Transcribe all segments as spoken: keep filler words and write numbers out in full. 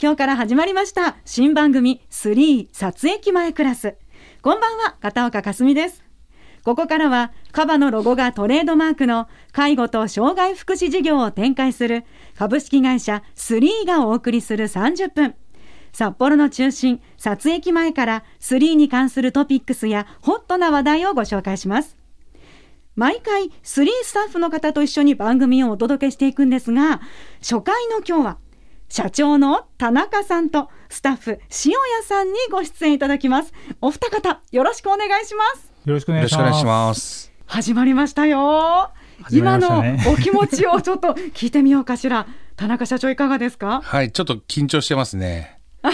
今日から始まりました新番組スリー撮影前クラス。こんばんは、片岡かすみです。ここからはカバのロゴがトレードマークの介護と障害福祉事業を展開する株式会社スリーがお送りするさんじゅっぷん。札幌の中心撮影前からスリーに関するトピックスやホットな話題をご紹介します。毎回スリースタッフの方と一緒に番組をお届けしていくんですが、初回の今日は社長の田中さんとスタッフ塩谷さんにご出演いただきます。お二方よろしくお願いします。 よろしくお願いします。します。 始まりましたよ。今のお気持ちをちょっと聞いてみようかしら。田中社長いかがですか？ はい、ちょっと緊張してますね。はい、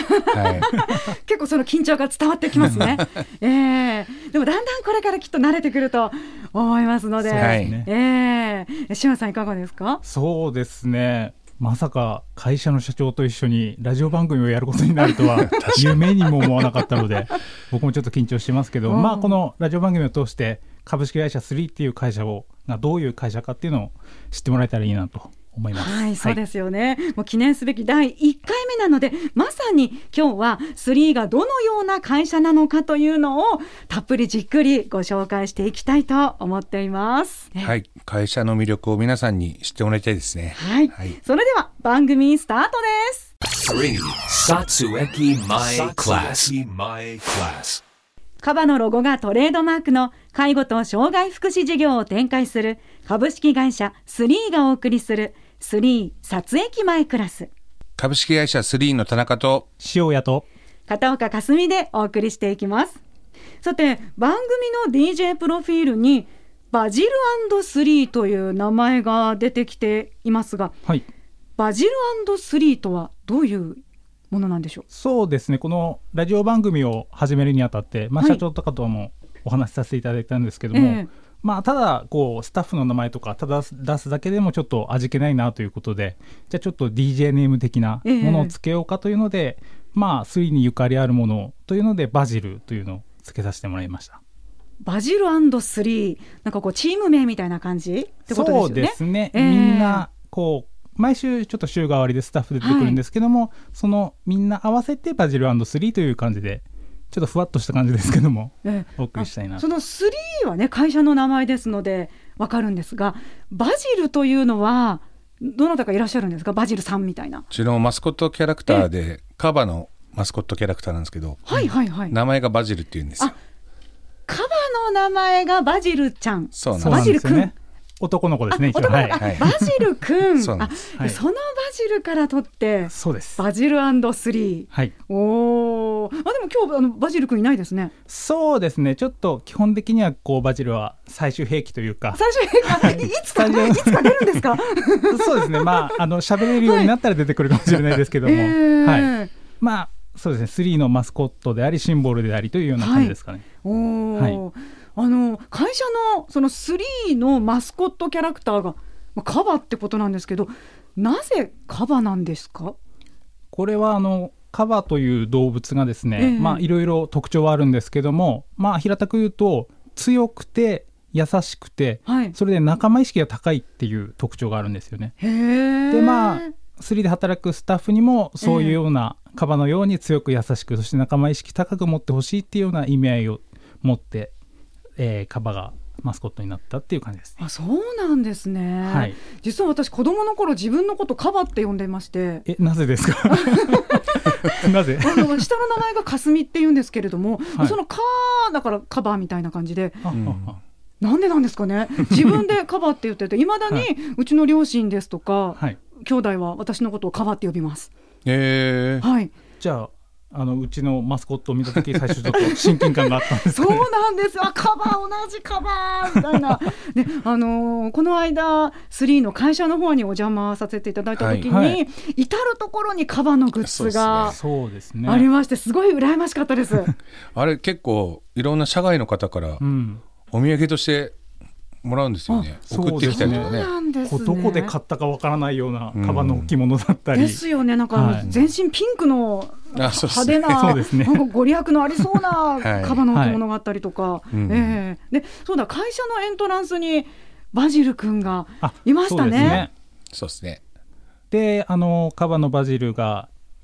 結構その緊張が伝わってきますね。えー、でもだんだんこれからきっと慣れてくると思いますので、 はい、 えー、塩谷さんいかがですか？ そうですね、まさか会社の社長と一緒にラジオ番組をやることになるとは夢にも思わなかったので僕もちょっと緊張してますけど、まあ、このラジオ番組を通して株式会社スリーっていう会社をがどういう会社かっていうのを知ってもらえたらいいなと思います。 はい、そうですよね、はい、もう記念すべきだいいっかいめなので、まさに今日はスリーがどのような会社なのかというのをたっぷりじっくりご紹介していきたいと思っています。 はい、会社の魅力を皆さんに知ってもらいたいですね。 はい、はい、それでは番組スタートです。 スリー撮影前クラス。 カバのロゴがトレードマークの介護と障害福祉事業を展開する株式会社スリーがお送りするスリー撮影前クラス。 株式会社スリーの田中と塩谷と片岡かすみでお送りしていきます。さて、番組の ディージェー プロフィールにバジル&スリーという名前が出てきていますが、 はい、 バジル&スリーとはどういうものなんでしょう？ そうですね、このラジオ番組を始めるにあたって、まあ、社長とかともお話しさせていただいたんですけども、はい、えーまあ、ただこうスタッフの名前とかただ出すだけでもちょっと味気ないなということで、じゃあちょっと ディージェー ネーム的なものをつけようかというので、えーまあ、スリーにゆかりあるものというのでバジルというのをつけさせてもらいました。 バジル&スリー、なんかこうチーム名みたいな感じってことですよね。 そうですね、 えー、 みんなこう毎週ちょっと週替わりでスタッフで出てくるんですけども、はい、そのみんな合わせてバジル&スリーという感じでちょっとふわっとした感じですけども、ええ、お送りしたいなと。 そのスリーはね、会社の名前ですのでわかるんですが、バジルというのはどなたかいらっしゃるんですか？バジルさんみたいな。 うちのマスコットキャラクターでカバのマスコットキャラクターなんですけど、 はいはいはい、 名前がバジルっていうんですよ。 あ、カバの名前がバジルちゃん。 そうなんです。 バジルくん、 男の子ですね。 男の子、はいはい、バジルくんそうなんです。 あ、そのバジルから取ってそうです、 バジル&スリー、はい、おー、あ、でも今日あのバジルくんいないですね。 そうですね、ちょっと基本的にはこうバジルは最終兵器というか、 最終兵器、はい、いつかいつか出るんですか？ そうですね、まああの喋れるようになったら出てくるかもしれないですけども、はい、えーはい、まあそうですね、スリーのマスコットでありシンボルでありというような感じですかね。 はい、おー、はい、あの会社のそのスリーのマスコットキャラクターがカバってことなんですけど、なぜカバなんですか？ これはあのカバという動物がですね、えー、まあいろいろ特徴はあるんですけども、まあ平たく言うと強くて優しくて、はい、それで仲間意識が高いっていう特徴があるんですよね。 へー。 でまあスリーで働くスタッフにもそういうようなカバのように強く優しく、そして仲間意識高く持ってほしいっていうような意味合いを持って、えー、カバがマスコットになったっていう感じですね。 あ、そうなんですね、 はい、 実は私子供の頃自分のことカバって呼んでまして。 え、なぜですか？なぜ？ あの下の名前がかすみって言うんですけれども、はい、そのカーだからカバーみたいな感じで、うん、なんでなんですかね。自分でカバーって言ってて、いまだにうちの両親ですとか、はい、兄弟は私のことをカバーって呼びます。 へー、 はい、 じゃああのうちのマスコットを見たとき最初ちょっと親近感があったんですかね。 そうなんですよ、カバー、同じカバーみたいなで、あのー、この間スリーの会社の方にお邪魔させていただいたときに、はいはい、至るところにカバーのグッズがありまして、すごい羨ましかったです。 あれ結構いろんな社外の方からお土産としてもらうんですよね。送ってきたりとかね。 どこで買ったかわからないようなカバの置物だったり、 うん、ですよね。なんか、はい、全身ピンクの派手な、そうですね、なんかご利益のありそうなカバの置物があったりとか、はい、えー、でそうだ、会社のエントランスにバジルくんがいましたね。 そうですね。 で、あのカバのバジルが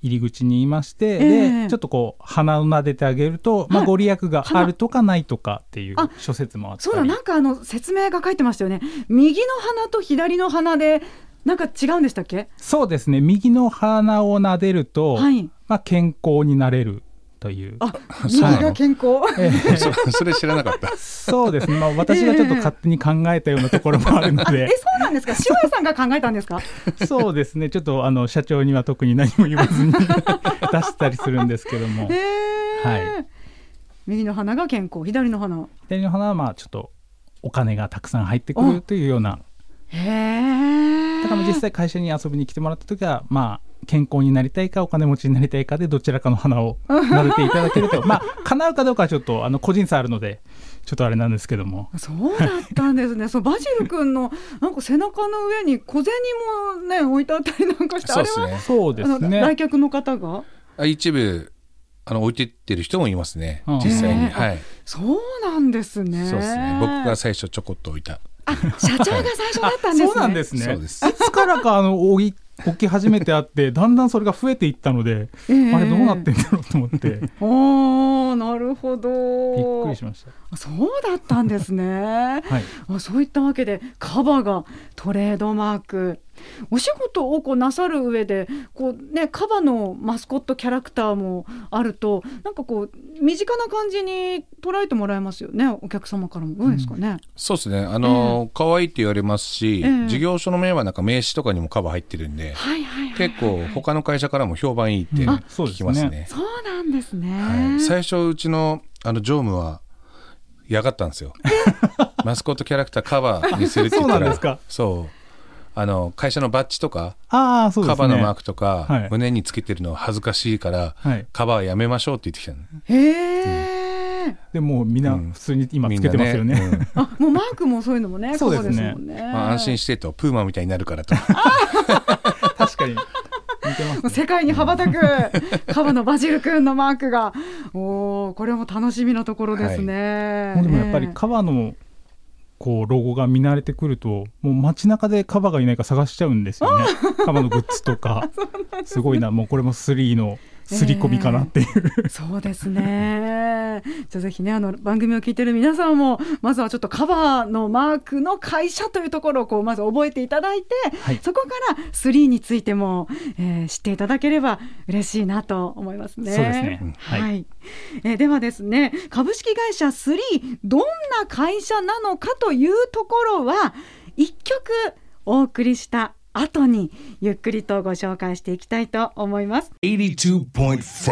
入り口にいまして、 えー、 でちょっとこう鼻を撫でてあげると、まあ、ご利益があるとかないとかっていう諸説もあったり。 そうだ、なんかあの説明が書いてましたよね。右の鼻と左の鼻でなんか違うんでしたっけ？ そうですね、右の鼻を撫でると、はい、まあ、健康になれるという。 あ、右が健康、 えー、そ, それ知らなかったそうですね、まあ、私がちょっと勝手に考えたようなところもあるので、 えー、えそうなんですか？塩谷さんが考えたんですか？ そうですね、ちょっとあの社長には特に何も言わずに出したりするんですけども、 えーはい、右の鼻が健康、左の鼻左の鼻はまあちょっとお金がたくさん入ってくるというような。 へー、 だから実際会社に遊びに来てもらった時は、まあ健康になりたいかお金持ちになりたいかでどちらかの花を撫でていただけるとまあ叶うかどうかはちょっとあの個人差あるのでちょっとあれなんですけども。 そうだったんですね。そう、バジル君のなんか背中の上に小銭もね置いてあったりなんかして、 そうですね、 あれはそうですね、 来客の方が一部あの置いてってる人もいますね、うん、実際に、はい、 そうなんですね。 そうですね、僕が最初ちょこっと置いた。 あ、社長が最初だったんですね。 そうなんですね。 そうです。 いつからかあの置い置き始めてあってだんだんそれが増えていったので、えー、あれどうなってんだろうと思っておー、なるほど、 びっくりしました。 そうだったんですね、はい、あ、そういったわけでカバがトレードマーク、お仕事をこうなさる上でこう、ね、カバのマスコットキャラクターもあるとなんかこう身近な感じに捉えてもらえますよね、お客様からも。どうですかね？うん、 そうですね、あの、えー、可愛いって言われますし、えー、事業所の名はなんか名刺とかにもカバ入ってるんで、はいはいはいはい、結構他の会社からも評判いいって聞きますね。うん、そうですね。 そうなんですね、 はい、最初うちのあの常務は嫌がったんですよマスコットキャラクターカバーにするって言ったらそうなんですか。そう、あの会社のバッジとか、 あ、そうですね、 カバーのマークとか、はい、胸につけてるのは恥ずかしいから、はい、カバーやめましょうって言ってきたの。 へー、うん、 でもみんな普通に今つけてますよね、うん、 ね、うん、あ、もうマークもそういうのもね、 そうですね、 もんね、 まあ、安心してとプーマみたいになるからと確かに似てますね、 世界に羽ばたくカバのバジル君のマークがおー、これも楽しみなところですね、 はい、でもやっぱりカバのこうロゴが見慣れてくるともう街中でカバがいないか探しちゃうんですよねカバのグッズとかすごいな、もうこれもスリーのすり込みかなっていう、えー、 そうですね。じゃあぜひね、あの番組を聞いてる皆さんもまずはちょっとカバーのマークの会社というところをこうまず覚えていただいて、はい、そこからスリーについても、えー、知っていただければ嬉しいなと思いますね。 そうですね、はいはい、えー、ではですね、株式会社スリーどんな会社なのかというところはいっきょくお送りした後にゆっくりとご紹介していきたいと思います。 はちじゅうにてんご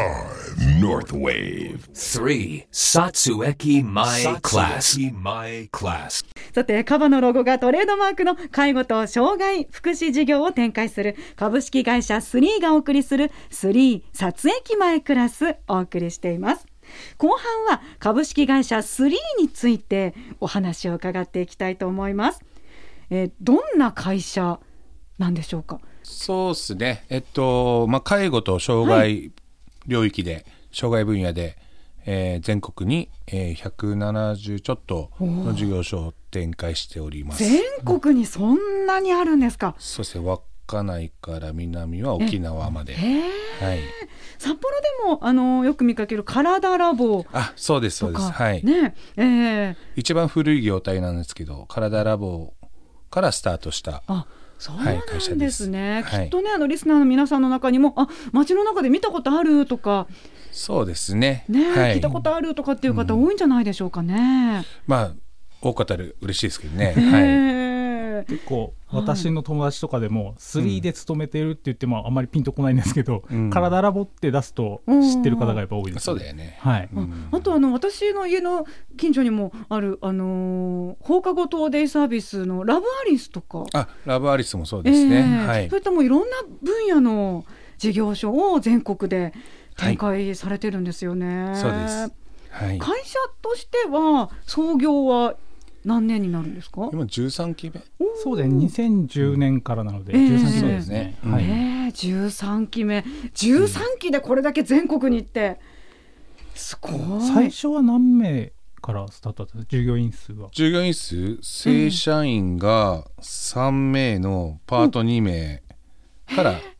North Wave スリー Satsueki My Class。 さて、カバのロゴがトレードマークの介護と障害福祉事業を展開する株式会社スリーがお送りするスリー撮駅前クラスお送りしています。後半は株式会社スリーについてお話を伺っていきたいと思います。えー、どんな会社なんでしょうか？ そうですね、えっとまあ、介護と障害領域で、はい、障害分野で、えー、全国に、えー、ひゃくななじゅうちょっとの事業所を展開しております。 全国にそんなにあるんですか？ そうですね、稚内から南は沖縄まで、はい、 札幌でもあのよく見かける体ラボとか、 あ、そうですそうです、はいね、えー、 一番古い業態なんですけど、体ラボからスタートした、 あ、そうなんですね、 はい、 きっとね、あのリスナーの皆さんの中にも、あ、街の中で見たことあるとか、 そうですね、 ね、 はい、 聞いたことあるとかっていう方多いんじゃないでしょうかね、うん、 まあ多かったら嬉しいですけどね、 えーはい、 結構私の友達とかでもスリーで勤めてるって言ってもあんまりピンとこないんですけど、うん、体ラボって出すと知ってる方がやっぱ多いです、ね、 そうだよね、 はい、 あ, あとあの私の家の近所にもある、あのー、放課後等デイサービスのラブアリスとか、 あ、ラブアリスもそうですね、えーはい、 そういったもういろんな分野の事業所を全国で展開されてるんですよね、 はい、そうです、はい、 会社としては創業は何年になるんですか？ 今じゅうさんきめ。 そうでにせんじゅうねんからなので、 うん、 じゅうさんきめですね、 えーはいえー、じゅうさんきめじゅうさんきでこれだけ全国に行ってすごい。 最初は何名からスタートだったんですか？従業員数は。 従業員数、正社員がさんめいのパートにめいから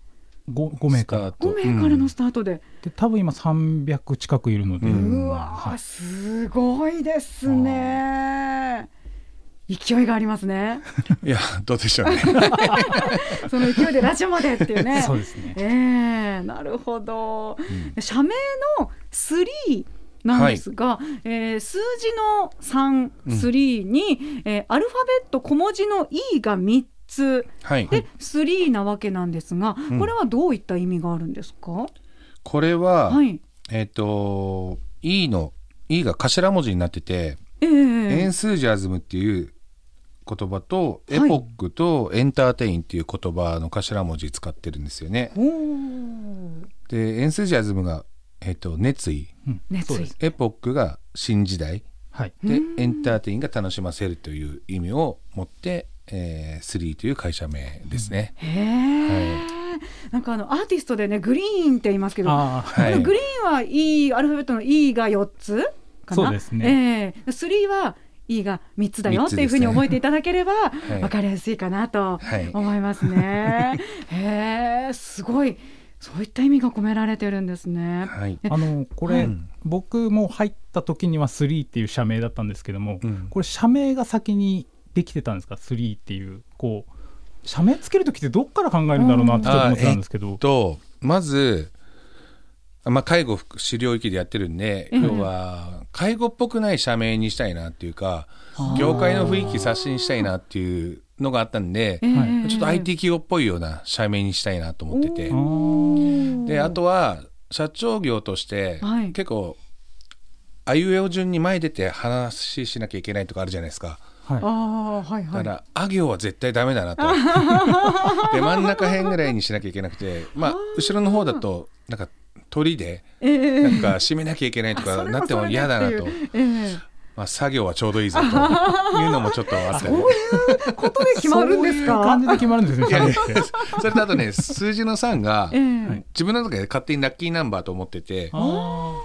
ご, ご名からご名からのスタートで、 で多分今さんびゃく近くいるので、 ううんわ、 はい、 すごいですね。勢いがありますね。 いやどうでしょうねその勢いでラジオまでっていうねそうですね、 えー、なるほど、うん、社名のスリーなんですが、はい、えー、数字のさん、スリーに、うん、えー、アルファベット小文字の E がみっつ、はい、でスリーなわけなんですが、うん、これはどういった意味があるんですか？ これは、はい、えーと、E の E が頭文字になってて、えー、エンスージャズムっていう言葉と、はい、エポックとエンターテインっていう言葉の頭文字使ってるんですよね。でエンスージャズムが、えーと、熱意、うん、熱意、エポックが新時代、はい、でエンターテインが楽しませるという意味を持って、えー、スリーという会社名ですね、うん、へー、はい、なんかあのアーティストでねグリーンって言いますけど、あ、はい、グリーンは E アルファベットの E がよっつかな。そうですね、えー、スリーは E がみっつだよっていうふうに覚えていただければ分かりやすいかなと思いますね、はい、へー、すごい、そういった意味が込められてるんですね、はい、 あのこれ、はい、僕も入った時にはスリーっていう社名だったんですけども、うん、これ社名が先にできてたんですか？スリーっていうこう社名つける時ってどっから考えるんだろうなってちょっと思ってたんですけど、 えっと、まず、まあ、介護福祉領域でやってるんで、うん、要は介護っぽくない社名にしたいなっていうか、業界の雰囲気刷新したいなっていうのがあったんで、えー、ちょっと アイティー 企業っぽいような社名にしたいなと思ってて、であとは社長業として、はい、結構あいうえお順に前出て話しなきゃいけないとかあるじゃないですか。はい、あ、はいはい、だからあ行は絶対ダメだなとで真ん中辺ぐらいにしなきゃいけなくて、まあ、後ろの方だとなんか鳥でなんか締めなきゃいけないとかなっても嫌だなと、えーまあ、作業はちょうどいいぞというのもちょっとあったりそういうことで決まるんですか？ そういう感じで決まるんですねそれとあとね数字のさんが、えー、自分の中で勝手にラッキーナンバーと思ってて、はい、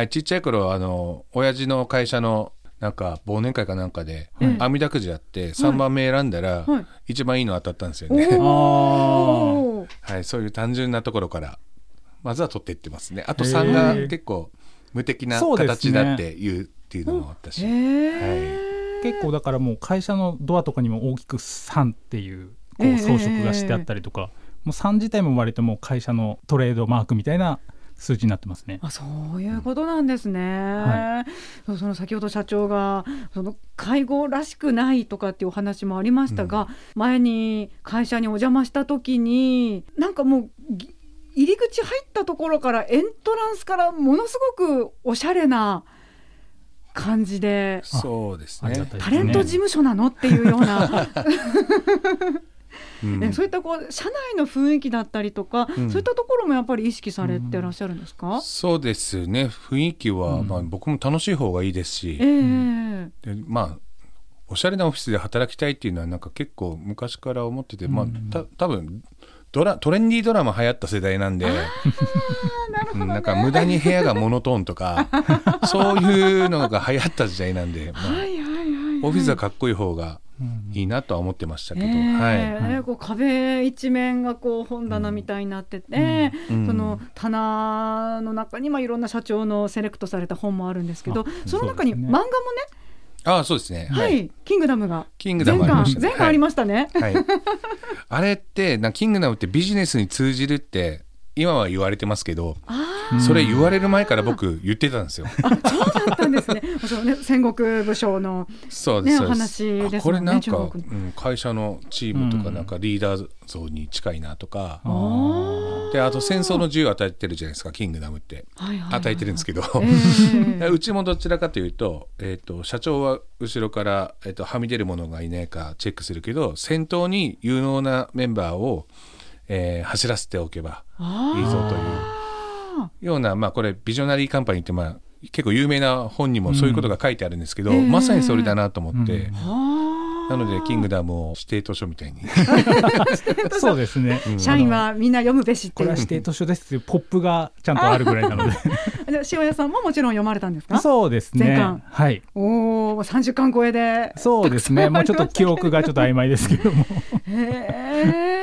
ちっちゃい頃あの親父の会社のなんか忘年会かなんかで、はい、網だくじあってさんばんめ選んだら、はい、一番いいの当たったんですよね、はい、そういう単純なところからまずは取っていってますね。あとさんが結構無敵な形だっていうっていうのもあったし、はい、 結構だからもう会社のドアとかにも大きくさんっていうこう装飾がしてあったりとか、もうさん自体も割ともう会社のトレードマークみたいな数字になってますね。 あ、そういうことなんですね、はい、その先ほど社長がその介護らしくないとかっていうお話もありましたが、うん、前に会社にお邪魔した時になんかもう入り口入ったところからエントランスからものすごくおしゃれな感じで、 そうですね、 タレント事務所なのっていうようなうん、そういったこう社内の雰囲気だったりとか、うん、そういったところもやっぱり意識されてらっしゃるんですか？うん、 そうですね、雰囲気は、うん、まあ、僕も楽しい方がいいですし、えー、でまあおしゃれなオフィスで働きたいっていうのはなんか結構昔から思ってて、うん、まあ、た多分ドラトレンディードラマ流行った世代なんで、なるほどね、なんか無駄に部屋がモノトーンとかそういうのが流行った時代なんで、まあ、はいはいはいはい、オフィスはかっこいい方がいいなとは思ってましたけど、えーはい、こう壁一面がこう本棚みたいになってて、うん、その棚の中にまあいろんな社長のセレクトされた本もあるんですけど、その中に漫画もね、 ああそうですね、 はい、はい、キングダムがキングダムありましたね、 前回ありましたね、 はいはい、あれってなキングダムってビジネスに通じるって今は言われてますけど、それ言われる前から僕言ってたんですよ。 あ、そうだったんですね。そうね、戦国武将の、ね、そうです、お話ですもんね。 これなんか、うん、会社のチームとかなんかリーダー像に近いなとか、うん、であと戦争の自由を与えてるじゃないですか、キングダムって、はいはいはい、与えてるんですけど、えー、うちもどちらかというと、えー、と社長は後ろから、えー、とはみ出る者がいないかチェックするけど、先頭に有能なメンバーをえー、走らせておけばいいぞというような、まあ、これビジョナリーカンパニーって、まあ、結構有名な本にもそういうことが書いてあるんですけど、うん、まさにそれだなと思って、うん、なのでキングダムを指定図書みたいにそうですね、 うん、社員はみんな読むべしっていう、 これは指定図書ですっていうポップがちゃんとあるぐらいなので塩谷さんももちろん読まれたんですか？ そうですね、 全巻、 はい、 おさんじゅっかん超えで、 そうですね、もうちょっと記憶がちょっと曖昧ですけどもへー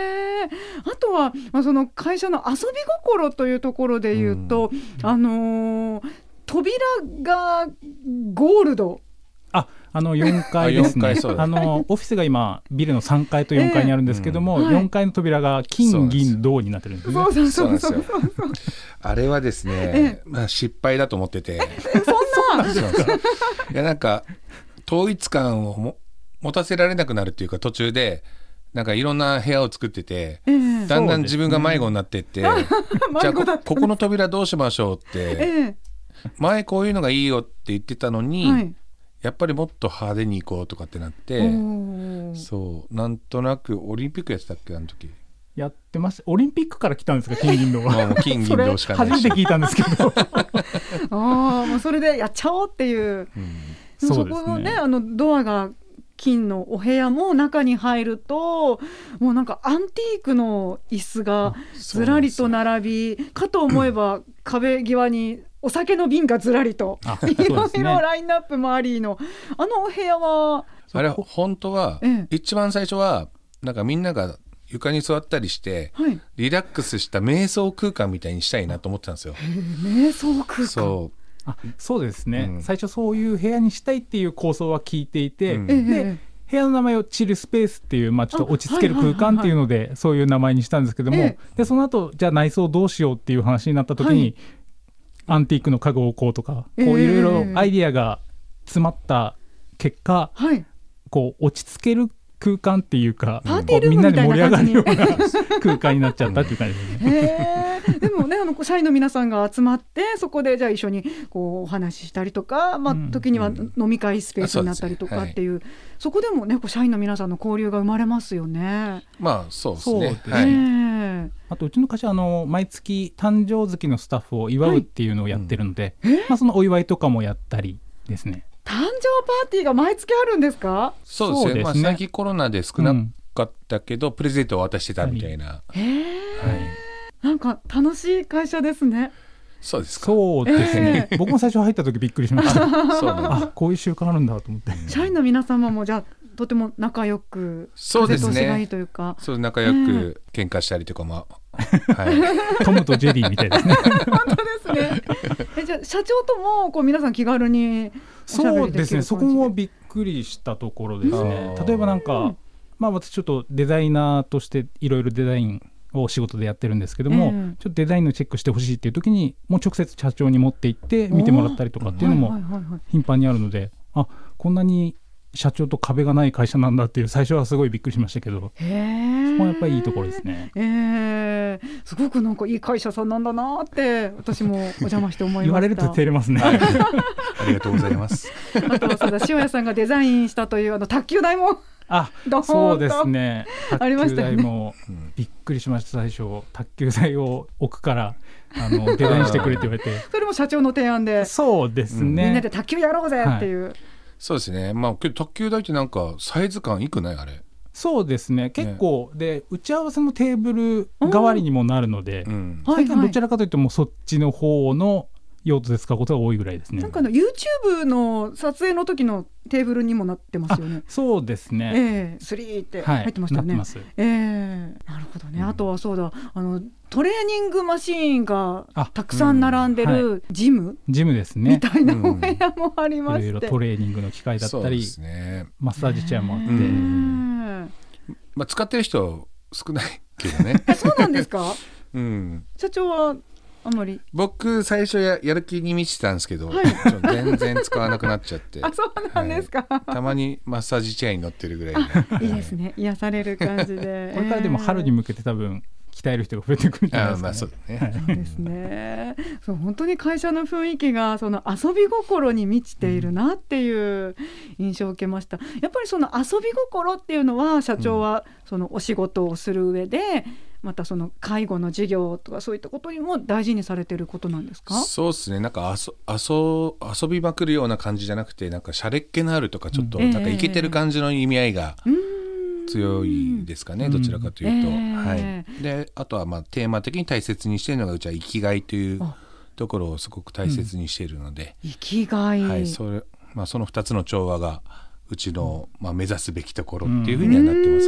あとは、まあ、その会社の遊び心というところで言うと、うん、あのー、扉がゴールド、 ああのよんかいですねあのオフィスが今ビルのさんかいとよんかいにあるんですけども、えーうん、よんかいの扉が金銀銅になってるんですね。 そうそうそうそうあれはですね、えーまあ、失敗だと思っててそんなそうなんですよいやなんか統一感をも持たせられなくなるっていうか、途中でなんかいろんな部屋を作ってて、えー、だんだん自分が迷子になってって、ね、じゃあ こ, ここの扉どうしましょうって、えー、前こういうのがいいよって言ってたのに、はい、やっぱりもっと派手に行こうとかってなって、そうなんとなくオリンピックやってたっけあの時やってました。オリンピックから来たんですか金銀銅は。 もう金銀銅しかないし初めて聞いたんですけどあもうそれでやっちゃおうっていう、うん、そこのね、あのドアが金のお部屋も中に入るともうなんかアンティークの椅子がずらりと並びかと思えば壁際にお酒の瓶がずらりといろいろラインナップもありのあのお部屋はあれ本当は、ええ、一番最初はなんかみんなが床に座ったりして、はい、リラックスした瞑想空間みたいにしたいなと思ってたんですよ。 瞑想空間そうあそうですね、うん、最初そういう部屋にしたいっていう構想は聞いていて、うん、で部屋の名前をチルスペースっていう、まあ、ちょっと落ち着ける空間っていうのでそういう名前にしたんですけども、ええ、でその後じゃあ内装どうしようっていう話になった時に、はい、アンティークの家具を置こうとかこういろいろアイディアが詰まった結果、はい、こう落ち着ける空間っていうかパーティールームみたいな感じにみんなで盛り上がるような空間になっちゃったっていう感じですね。 へでもねあの社員の皆さんが集まってそこでじゃあ一緒にこうお話ししたりとか、まあ、時には飲み会スペースになったりとかっていう、うんうん、そこでもねこう社員の皆さんの交流が生まれますよね。 まあそうですね。 そうですね、はい、あとうちの会社はあの毎月誕生月のスタッフを祝うっていうのをやってるので、はいうんまあ、そのお祝いとかもやったりですね。 誕生パーティーが毎月あるんですか？ そうですね。そうですね、まあ、最近コロナで少なかったけど、うん、プレゼントを渡してたみたいな、はい、 へー、はい、なんか楽しい会社ですね。 そうですか。 そうですね、えー、僕も最初入った時びっくりしましたそうあこういう習慣あるんだと思って、 うん、社員の皆様もじゃあとても仲良くそうですね、 風通しがいいというかそう仲良く喧嘩したりとかも、えーはい、トムとジェリーみたいですね本当ですねえじゃあ社長ともこう皆さん気軽におしゃべりできる感じで。 そうですね、そこもびっくりしたところですね。例えばなんか、まあ、私ちょっとデザイナーとしていろいろデザインを仕事でやってるんですけども、えー、ちょっとデザインのチェックしてほしいっていう時にもう直接社長に持って行って見てもらったりとかっていうのも頻繁にあるので、あこんなに社長と壁がない会社なんだっていう最初はすごいびっくりしましたけど、 へー、 そこはやっぱりいいところですね。 えー、すごくなんかいい会社さんなんだなって私もお邪魔して思いました言われると照れますね、はい、 ありがとうございますあとはそうだ塩谷さんがデザインしたというあの卓球台もあそうですね卓球台もびっくりしました最初卓球台を置くからあのデザインしてくれって言われてそれも社長の提案でそうですね、うん、 みんなで卓球やろうぜっていう、はい、 そうですね、まあ、卓球台ってなんかサイズ感いくないあれ。 そうですね結構、ね、で打ち合わせのテーブル代わりにもなるので、うん、最近はどちらかというともうそっちの方の用途で使うことが多いぐらいですね。 なんかの YouTube の撮影の時のテーブルにもなってますよね。 そうですね、 えー、スリーって入ってましたよね、 はい、なってます、 えー、なるほどね、うん、あとはそうだあのトレーニングマシーンがたくさん並んでるジム、うんはい、 ジムですねみたいなお部屋もありまして、 いろいろトレーニングの機械だったり、ね、マッサージチェアもあって、えーまあ、使ってる人少ないけどねそうなんですか、 うん、 社長はあんまり。 僕最初 や, やる気に満ちてたんですけど、はい、全然使わなくなっちゃってあそうなんですか、 はい、たまにマッサージチェアに乗ってるぐらいいいですね癒される感じでこれからでも春に向けて多分鍛える人が増えてくるんじゃないですかね。あ、まあそうだね、 そうですねそう本当に会社の雰囲気がその遊び心に満ちているなっていう印象を受けました。やっぱりその遊び心っていうのは社長はそのお仕事をする上で、またその介護の事業とかそういったことにも大事にされていることなんですか？ そうですね、なんか遊, 遊, 遊びまくるような感じじゃなくて、なんかシャレっ気のあるとかちょっとなんかイケてる感じの意味合いが強いですかね、うん、どちらかというと、えーはい、であとはまあテーマ的に大切にしているのがうちは生きがいというところをすごく大切にしているので、 うん、生きがい、 はい、それ、まあ、そのふたつの調和がうちの、まあ、目指すべきところっていうふうにはなってますけど、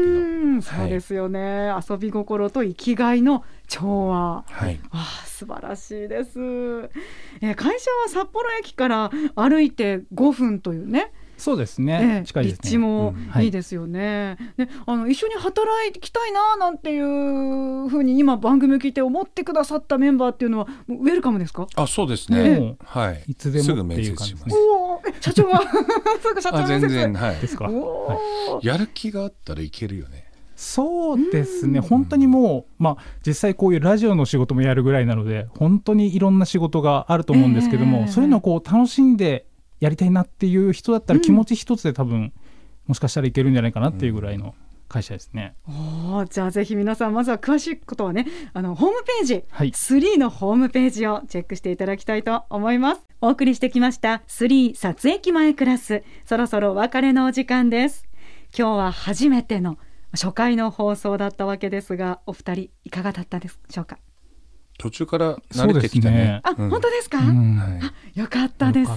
ん、そうですよね、遊び心と生きがいの調和、 はい、 あ素晴らしいです、えー、会社は札幌駅から歩いてごふんというね、 そうですね、 えー、 近いですね。 立地もいいですよね、うんはい、であの一緒に働きたいななんていうふうに今番組を聞いて思ってくださったメンバーっていうのはウェルカムですか？ あそうですね、 えー、 はい、 いつでもっていう感じですね。 お社長はすぐ社長あ全然、はい、 ですか、 はい、やる気があったらいけるよね。 そうですね、本当にもう、まあ、実際こういうラジオの仕事もやるぐらいなので本当にいろんな仕事があると思うんですけども、えー、そういうのをこう楽しんでやりたいなっていう人だったら気持ち一つで多分、うん、もしかしたらいけるんじゃないかなっていうぐらいの会社ですね、 うん、おじゃあぜひ皆さんまずは詳しいことはねあのホームページ、 はい、 スリーのホームページをチェックしていただきたいと思います。お送りしてきましたスリー撮影前クラス、そろそろお別れのお時間です。今日は初めての初回の放送だったわけですが、お二人いかがだったでしょうか？ 途中から慣れてきたね。 あ、うん、本当ですか？ うん、 あよかったです。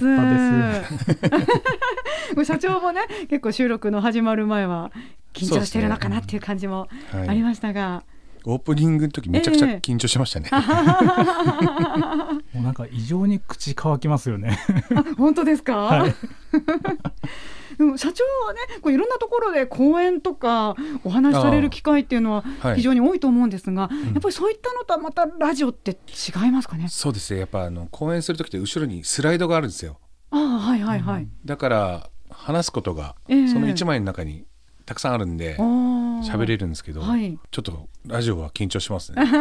社長もね結構収録の始まる前は緊張してるのかなっていう感じもありましたが、 はい、オープニングの時めちゃくちゃ緊張しましたね、えー、もうなんか異常に口乾きますよね。 あ本当ですか？ はいでも社長はねこういろんなところで講演とかお話しされる機会っていうのは非常に多いと思うんですが、はい、やっぱりそういったのとはまたラジオって違いますかね？ そうですね、やっぱあの講演する時って後ろにスライドがあるんですよ。 あはいはいはい、 だから話すことがそのいちまいの中にたくさんあるんで喋れるんですけど、はい、ちょっとラジオは緊張しますね。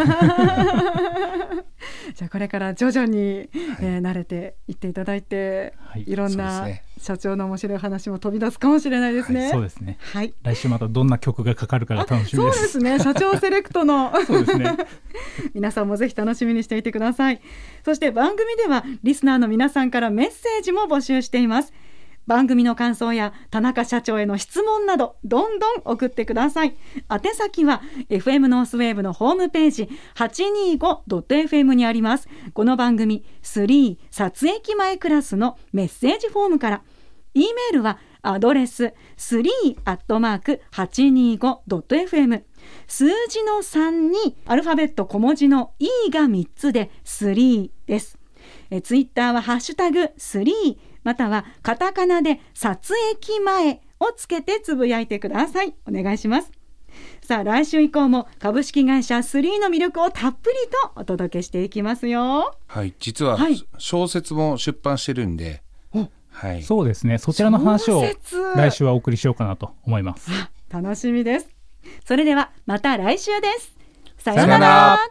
じゃあこれから徐々に、はいえー、慣れていっていただいて、はい、いろんな社長の面白い話も飛び出すかもしれないですね。 はい、そうですね、 はい、 来週またどんな曲がかかるかが楽しみです。 そうですね、社長セレクトのそうですね皆さんもぜひ楽しみにしていてください。そして番組ではリスナーの皆さんからメッセージも募集しています。番組の感想や田中社長への質問などどんどん送ってください。宛先は エフエム ノースウェーブのホームページ はちにーごドットエフエム にありますこの番組スリー撮影前クラスのメッセージフォームから。 E メールはアドレス スリー アットマーク はちにーごドットエフエム、 数字のさんにアルファベット小文字の E がみっつでスリーです。えツイッターはハッシュタグスリーまたはカタカナで撮影前をつけてつぶやいてください。お願いします。さあ来週以降も株式会社スリーの魅力をたっぷりとお届けしていきますよ。 はい、実は小説も出版してるんで、はい、 そうですね、そちらの話を来週はお送りしようかなと思います。 楽しみです。それではまた来週です。 さよなら。